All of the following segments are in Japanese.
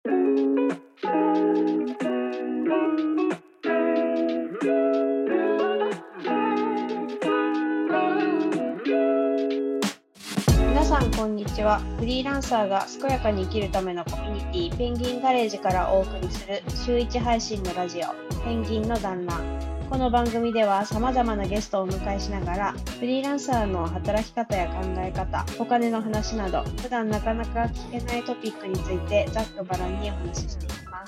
皆さんこんにちは。フリーランサーが健やかに生きるためのコミュニティペンギンガレージからお送りする週1配信のラジオペンギンの団らん。この番組では様々なゲストをお迎えしながらフリーランサーの働き方や考え方、お金の話など普段なかなか聞けないトピックについてざっくばらんにお話ししていきます。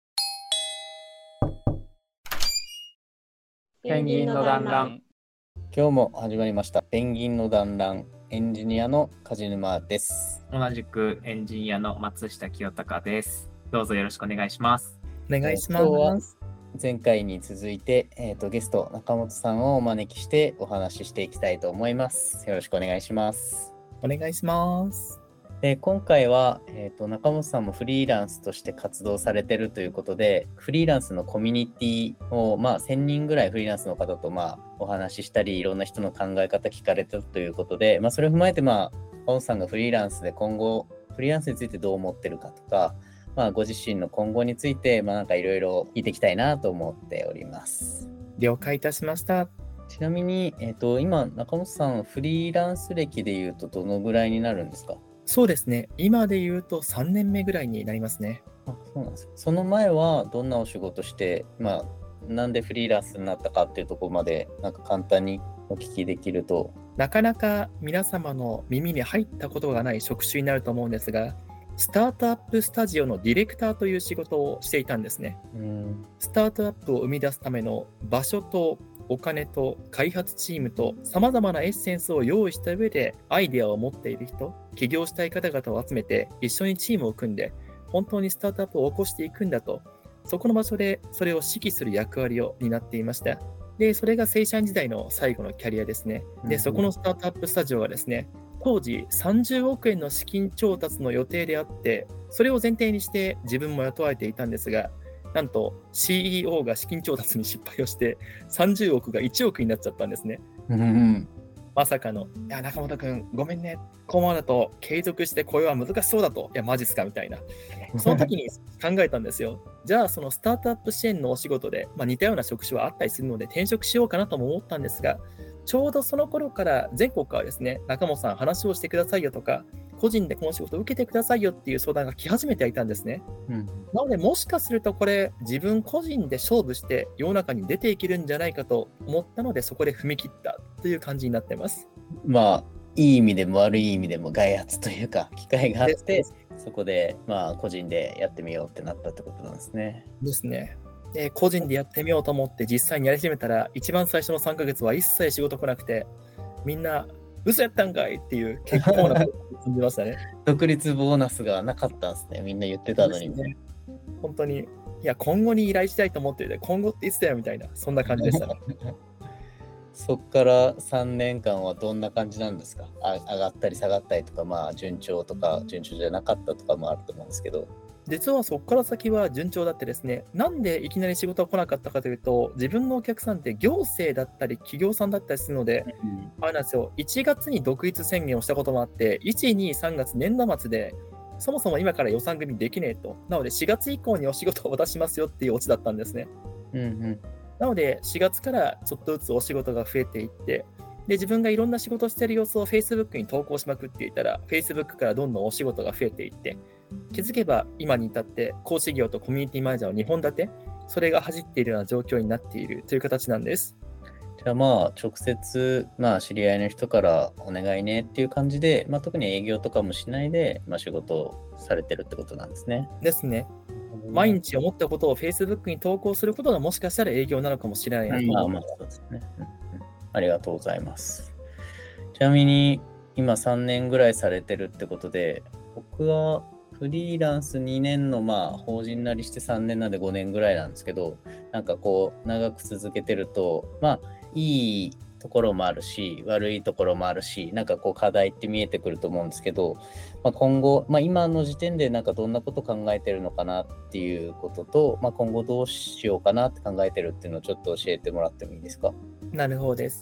ペンギンの団らん。 今日も始まりましたペンギンの団らん。エンジニアの梶沼です。 同じくエンジニアの松下清隆です。どうぞよろしくお願いします。 お願いしま今日はす。 前回に続いて、ゲスト中本さんをお招きしてお話ししていきたいと思います。よろしくお願いします。 お願いします。 で今回は、中本さんもフリーランスとして活動されてるということで、フリーランスのコミュニティを、1000人ぐらいフリーランスの方と、お話ししたり、いろんな人の考え方聞かれたということで、それを踏まえて、中本さんがフリーランスで今後フリーランスについてどう思ってるかとか、ご自身の今後について、なんかいろいろ聞いていきたいなと思っております。 了解いたしました。 ちなみに、今中本さんフリーランス歴でいうとどのぐらいになるんですか？ そうですね。今で言うと3年目ぐらいになりますね。 そうなんです。その前はどんなお仕事して、なんでフリーランスになったかっていうところまでなんか簡単にお聞きできると。 なかなか皆様の耳に入ったことがない職種になると思うんですが、スタートアップスタジオのディレクターという仕事をしていたんですね。スタートアップを生み出すための場所とお金と開発チームと様々なエッセンスを用意した上でアイデアを持っている人、起業したい方々を集めて一緒にチームを組んで本当にスタートアップを起こしていくんだと、そこの場所でそれを指揮する役割を担っていました。で、それが正社員時代の最後のキャリアですね。で、そこのスタートアップスタジオがですね、当時30億円の資金調達の予定であって、それを前提にして自分も雇われていたんですが、なんと CEO が資金調達に失敗をして30億が1億になっちゃったんですね。まさかの、いや中本くんごめんね、このままだと継続して雇用は難しそうだと、いやマジっすかみたいな。その時に考えたんですよ。じゃあそのスタートアップ支援のお仕事で、似たような職種はあったりするので転職しようかなとも思ったんですが、ちょうどその頃から全国からですね、中本さん話をしてくださいよとか、個人でこの仕事を受けてくださいよっていう相談が来始めていたんですね。なのでもしかするとこれ自分個人で勝負して世の中に出ていけるんじゃないかと思ったので、そこで踏み切ったという感じになってます。 いい意味でも悪い意味でも外発というか機会があって、そこで個人でやってみようってなったってことなんですね。 ですね。で個人でやってみようと思って実際にやり始めたら、一番最初の3ヶ月は一切仕事来なくて、みんな嘘やったんかいっていう結構なことを感じましたね。 独立ボーナスがなかったんですね。みんな言ってたのにね。 本当に、いや今後に依頼したいと思っていて、今後っていつだよみたいな、そんな感じでしたね。 そっから3年間はどんな感じなんですか？上がったり下がったりとか、順調とか順調じゃなかったとかもあると思うんですけど。 実はそこから先は順調だってですね、なんでいきなり仕事が来なかったかというと、自分のお客さんって行政だったり企業さんだったりするので、あれなんですよ、1月に独立宣言をしたこともあって、1、2、3月年度末で、そもそも今から予算組みできねえと。なので4月以降にお仕事を渡しますよっていうオチだったんですね。なので4月からちょっとずつお仕事が増えていって、で自分がいろんな仕事をしている様子を Facebook に投稿しまくっていたら、 Facebook からどんどんお仕事が増えていって、気づけば今に至って講師業とコミュニティマネージャーの2本立て、それが走っているような状況になっているという形なんです。 じゃあ直接知り合いの人からお願いねっていう感じで、特に営業とかもしないで、仕事をされてるってことなんですね。 ですね。毎日思ったことを Facebook に投稿することがもしかしたら営業なのかもしれないなと思います。 そうですね。ありがとうございます。ちなみに今3年ぐらいされてるってことで、僕はフリーランス2年の法人なりして3年なんで5年ぐらいなんですけど、なんか長く続けてるといいところもあるし悪いところもあるし、なんか課題って見えてくると思うんですけど、今後、今の時点でなんかどんなこと考えてるのかなっていうことと、今後どうしようかなって考えてるっていうのをちょっと教えてもらってもいいですか？ なるほどです。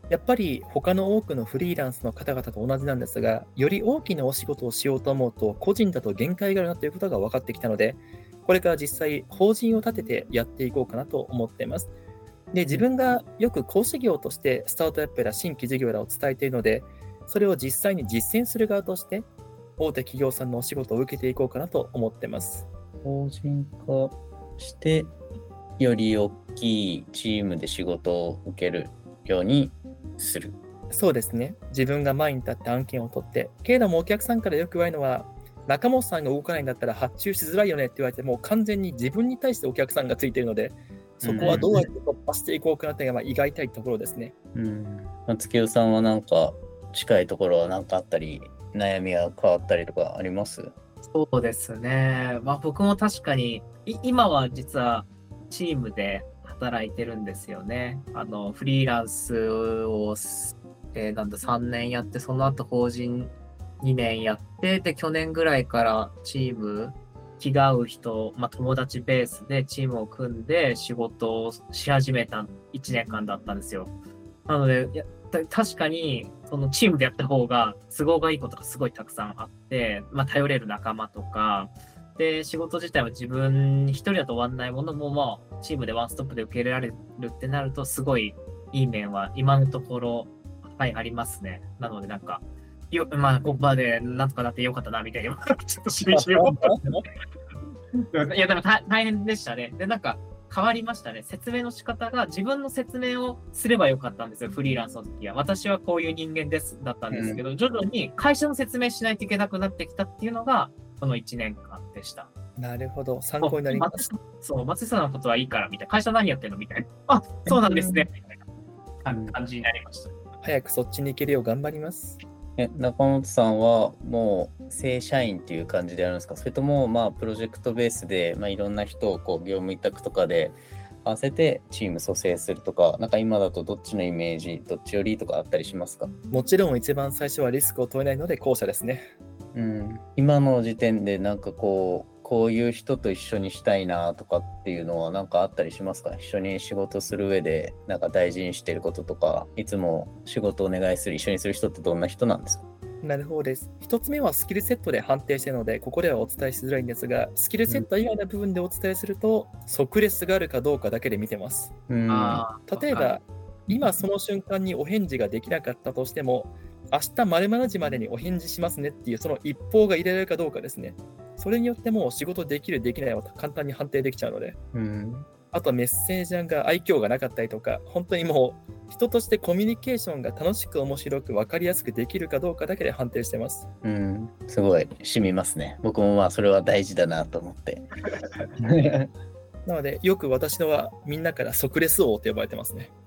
やっぱり他の多くのフリーランスの方々と同じなんですが、より大きなお仕事をしようと思うと、個人だと限界があるなということが分かってきたので、これから実際、法人を立ててやっていこうかなと思っています。で、自分がよく講師業としてスタートアップや新規事業らを伝えているので、それを実際に実践する側として、大手企業さんのお仕事を受けていこうかなと思ってます。 法人化して、より大きいチームで仕事を受けるようにする。 そうですね。自分が前に立って案件を取って、けれどもお客さんからよく言われるのは、中本さんが動かないんだったら発注しづらいよねって言われて、もう完全に自分に対してお客さんがついているので、そこはどうやって突破していこうかなというのが胃が痛いところですね。 松清さんはなんか近いところは何かあったり、悩みが変わったりとかあります？ そうですね。僕も確かに、今は実はチームで働いてるんですよね。フリーランスを、3年やって、その後法人2年やって、で、去年ぐらいからチーム、気が合う人、友達ベースでチームを組んで仕事をし始めた1年間だったんですよ。なので、確かに、そのチームでやった方が都合がいいことがすごいたくさんあって、頼れる仲間とか、で、仕事自体は自分一人だと終わんないものも、チームでワンストップで受け入れられるってなると、すごいいい面は今のところ、はい、ありますね。なので、ここまでなんとかなってよかったな、みたいな、ちょっとしみじみ思った。いや、でも大変でしたね。で、変わりましたね。説明の仕方が自分の説明をすればよかったんですよ、フリーランスの時は。私はこういう人間です、だったんですけど、徐々に会社の説明しないといけなくなってきたっていうのが、この1年間でした。 なるほど、参考になります。 そう、松井さんのことはいいからみたいな。会社何やってんのみたいな。そうなんですね。みたいな感じになりました。 早くそっちに行けるよう頑張ります。 中本さんはもう正社員っていう感じでやるんですか？それともプロジェクトベースでいろんな人を業務委託とかで合わせてチーム組成するとか、今だとどっちのイメージ、どっちよりとかあったりしますか？ もちろん一番最初はリスクを取れないので後者ですね。 今の時点でこういう人と一緒にしたいなとかっていうのはあったりしますか？一緒に仕事する上で大事にしていることとか、いつも仕事をお願いする、一緒にする人ってどんな人なんですか？ なるほどです。一つ目はスキルセットで判定しているので、ここではお伝えしづらいんですが、スキルセット以外の部分でお伝えすると、即レスがあるかどうかだけで見てます。例えば、今その瞬間にお返事ができなかったとしても、明日〇〇時までにお返事しますねっていうその一報が入れられるかどうかですね。それによってもう仕事できるできないを簡単に判定できちゃうので、あとメッセージャーが愛嬌がなかったりとか、本当にもう人としてコミュニケーションが楽しく面白く分かりやすくできるかどうかだけで判定してます。 すごい染みますね。僕もそれは大事だなと思ってなのでよく私のはみんなから即レス王って呼ばれてますね。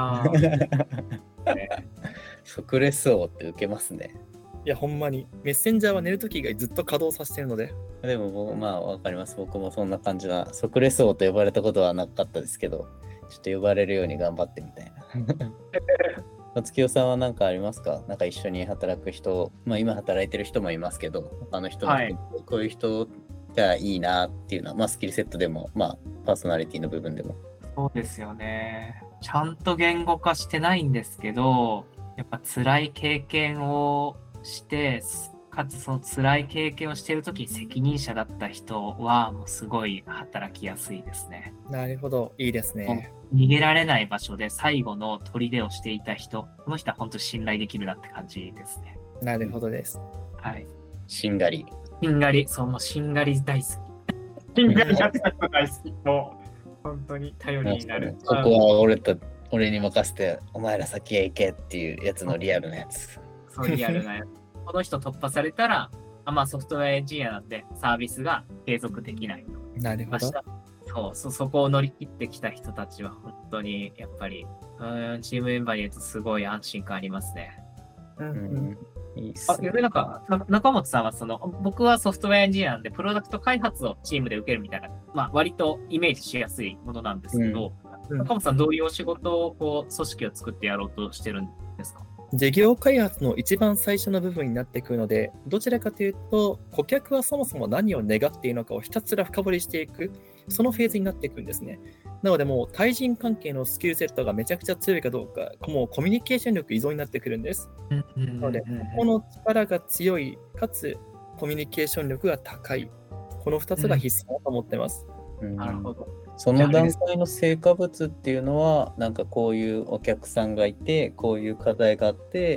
即レス王って受けますね。 いやほんまにメッセンジャーは寝るとき以外ずっと稼働させてるので。 でもわかります。僕もそんな感じな即レス王と呼ばれたことはなかったですけど、ちょっと呼ばれるように頑張ってみたいな。松清さんは何かありますか？一緒に働く人、今働いてる人もいますけど、他の人も、こういう人がいいなっていうのは、スキルセットでも、パーソナリティの部分でも。 そうですよね。ちゃんと言語化してないんですけど、やっぱ辛い経験をして、かつその辛い経験をしているときに責任者だった人はもうすごい働きやすいですね。 なるほど、いいですね。 逃げられない場所で最後の砦をしていた人、この人は本当に信頼できるなって感じですね。 なるほどです。 はい。 しんがり。 そう、もうしんがり大好き。しんがりやった人大好き。もう本当に頼りになる。 ここは俺に任せて、お前ら先へ行けっていうやつのリアルなやつ。 そう、リアルなやつ。この人突破されたら、ソフトウェアエンジニアなんでサービスが継続できないと。 なるほど。 そこを乗り切ってきた人たちは本当にやっぱりチームメンバーにいるとすごい安心感ありますね。 いいっすね。 中本さんは僕はソフトウェアエンジニアなんでプロダクト開発をチームで受けるみたいな、割とイメージしやすいものなんですけど、中本さんどういうお仕事を組織を作ってやろうとしてるんですか？ 事業開発の一番最初の部分になってくるので、どちらかというと顧客はそもそも何を願っているのかをひたすら深掘りしていく、そのフェーズになっていくんですね。 なのでもう対人関係のスキルセットがめちゃくちゃ強いかどうか、もうコミュニケーション力依存になってくるんです。なので、この力が強い、かつコミュニケーション力が高い、この2つが必須だと思ってます。 なるほど。 その段階の成果物っていうのは、なんかこういうお客さんがいて、こういう課題があって、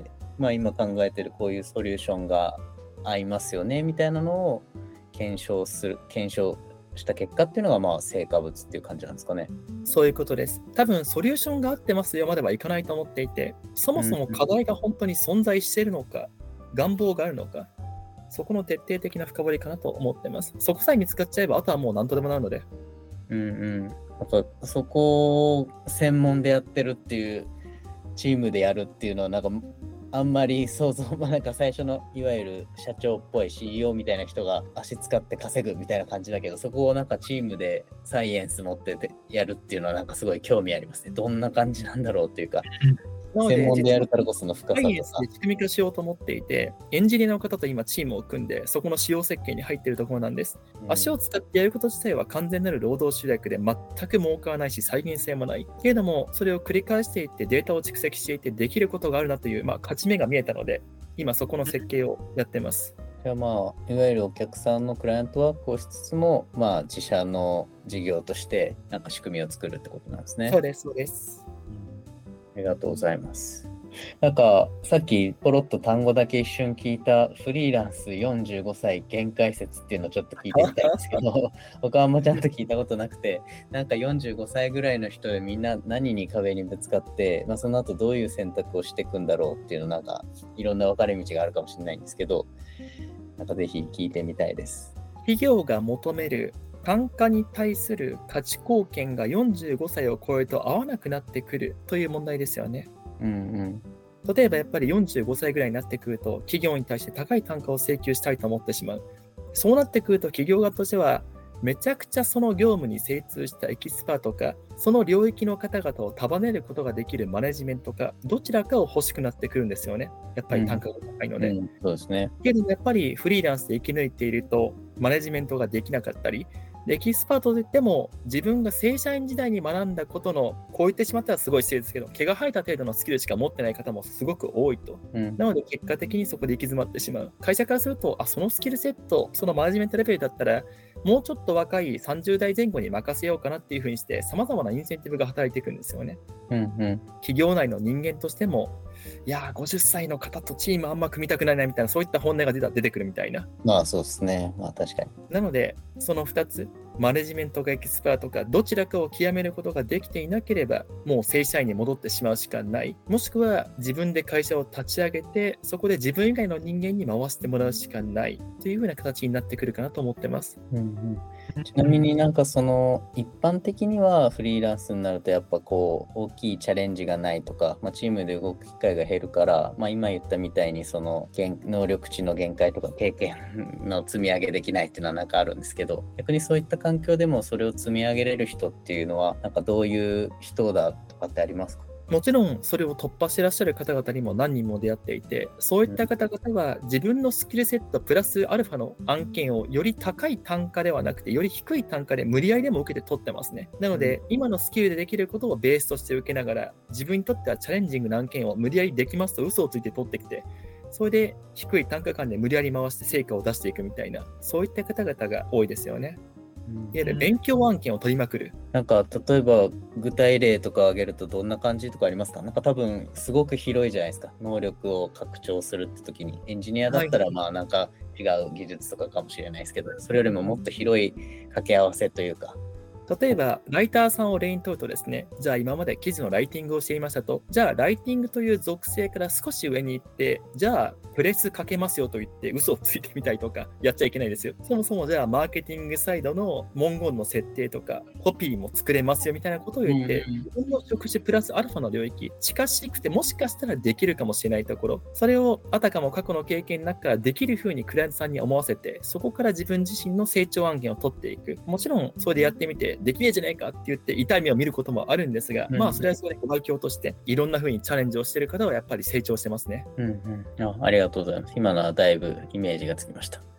まあ今考えてるこういうソリューションが合いますよねみたいなのを検証した結果っていうのがまあ成果物っていう感じなんですかね。 そういうことです。多分ソリューションが合ってますよまではいかないと思っていて、そもそも課題が本当に存在しているのか、願望があるのか、そこの徹底的な深掘りかなと思ってます。そこさえ見つかっちゃえば、あとはもう何とでもなるので。 なんかそこを専門でやってるっていうチームでやるっていうのはなんかあんまり想像もなんか最初のいわゆる社長っぽい CEO みたいな人が足使って稼ぐみたいな感じだけど、そこをなんかチームでサイエンス持ってやるっていうのはなんかすごい興味ありますね。どんな感じなんだろうっていうか。専門でやるからこその深さとか。 サイエンスで仕組み化しようと思っていて、エンジニアの方と今チームを組んで、そこの仕様設計に入っているところなんです。足を使ってやること自体は完全なる労働集約で全く儲からないし再現性もない。けれども、それを繰り返していってデータを蓄積していってできることがあるなという、勝ち目が見えたので、今そこの設計をやってます。 じゃあいわゆるお客さんのクライアントワークをしつつも、自社の事業としてなんか仕組みを作るってことなんですね。 そうです、そうです。 ありがとうございます。なんかさっきポロッと単語だけ一瞬聞いたフリーランス45歳限界説っていうのをちょっと聞いてみたいんですけど僕はあんまちゃんと聞いたことなくて、なんか45歳ぐらいの人でみんな何に壁にぶつかって、その後どういう選択をしていくんだろうっていうのなんかいろんな分かれ道があるかもしれないんですけど、なんかぜひ聞いてみたいです。 企業が求める単価に対する価値貢献が45歳を超えると合わなくなってくるという問題ですよね。例えばやっぱり45歳ぐらいになってくると企業に対して高い単価を請求したいと思ってしまう。そうなってくると企業側としてはめちゃくちゃその業務に精通したエキスパートか、その領域の方々を束ねることができるマネジメントか、どちらかを欲しくなってくるんですよね。やっぱり単価が高いので。 そうですね。 けどやっぱりフリーランスで生き抜いているとマネジメントができなかったり、エキスパートで言っても自分が正社員時代に学んだことの、こう言ってしまったらすごい失礼ですけど、毛が生えた程度のスキルしか持ってない方もすごく多いと。なので結果的にそこで行き詰まってしまう。会社からすると、そのスキルセット、そのマネジメントレベルだったら、もうちょっと若い30代前後に任せようかなっていうふうにして、様々なインセンティブが働いていくんですよね。企業内の人間としても、いやー50歳の方とチームあんま組みたくないなみたいな、そういった本音が出てくるみたいな。 そうですね。確かに。 なのでその2つ、マネジメントかエキスパートかどちらかを極めることができていなければ、もう正社員に戻ってしまうしかない。もしくは自分で会社を立ち上げて、そこで自分以外の人間に回してもらうしかないというふうな形になってくるかなと思ってます。 ちなみになんかその一般的にはフリーランスになるとやっぱこう大きいチャレンジがないとか、チームで動く機会が減るから、今言ったみたいにその能力値の限界とか経験の積み上げできないっていうのはなんかあるんですけど、逆にそういった環境でもそれを積み上げれる人っていうのはなんかどういう人だとかってありますか？ もちろんそれを突破してらっしゃる方々にも何人も出会っていて、そういった方々は自分のスキルセットプラスアルファの案件をより高い単価ではなくてより低い単価で無理やりでも受けて取ってますね。なので今のスキルでできることをベースとして受けながら、自分にとってはチャレンジングな案件を無理やりできますと嘘をついて取ってきて、それで低い単価間で無理やり回して成果を出していくみたいな、そういった方々が多いですよね。いわゆる勉強案件を取りまくる。 なんか例えば具体例とか挙げるとどんな感じとかありますか？なんか多分すごく広いじゃないですか。能力を拡張するって時にエンジニアだったらなんか違う技術とかかもしれないですけど、それよりももっと広い掛け合わせというか。 例えばライターさんを例にとるとですね、じゃあ今まで記事のライティングをしていましたと、じゃあライティングという属性から少し上に行って、じゃあプレスかけますよと言って嘘をついてみたりとかやっちゃいけないですよ。そもそもじゃあマーケティングサイドの文言の設定とかコピーも作れますよみたいなことを言って、自分の職種プラスアルファの領域、近しくてもしかしたらできるかもしれないところ、それをあたかも過去の経験の中からできる風にクライアントさんに思わせて、そこから自分自身の成長案件を取っていく。もちろんそれでやってみてできねえじゃないかって言って痛い目を見ることもあるんですが、それはそれで代表としていろんな風にチャレンジをしている方はやっぱり成長してますね。 ありがとうございます。今のはだいぶイメージがつきました。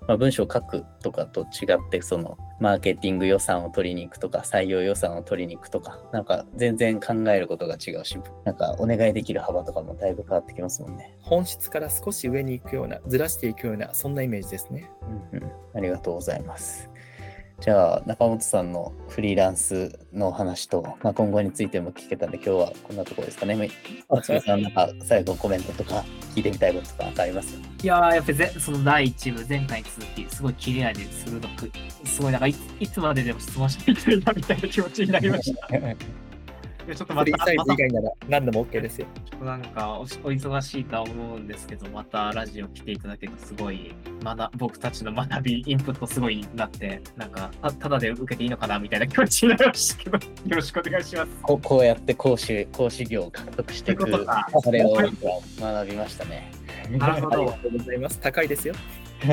文章を書くとかと違って、そのマーケティング予算を取りに行くとか、採用予算を取りに行くとか、なんか全然考えることが違うし、なんかお願いできる幅とかもだいぶ変わってきますもんね。 本質から少し上に行くような、ずらしていくような、そんなイメージですね。 ありがとうございます。じゃあ中本さんのフリーランスの話と、今後についても聞けたんで、今日はこんなところですかね。松本さん、なんか最後コメントとか聞いてみたいこととかあります？ いやー、やっぱりその第1部、前回に続き、すごい切れ味で鋭く、すごいなんかいつまででも質問していきたいなみたいな気持ちになりました。ちょっとまたフリーサイズ以外なら何でも OK ですよ。 ちょっとなんかお忙しいとは思うんですけど、またラジオ来ていただけるとすごい僕たちの学び、インプットすごいなって、なんかただで受けていいのかなみたいな気持ちになりましたけど、よろしくお願いします。 こうやって講師業を獲得していく、それを学びましたね。 なるほど。 ありがとうございます。高いですよ。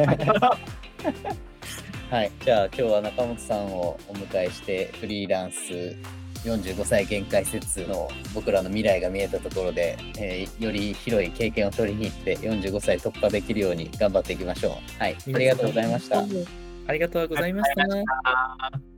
はい、じゃあ今日は中本さんをお迎えしてフリーランス45歳限界説の僕らの未来が見えたところで、より広い経験を取りに行って45歳突破できるように頑張っていきましょう。はい、ありがとうございました。 ありがとうございました。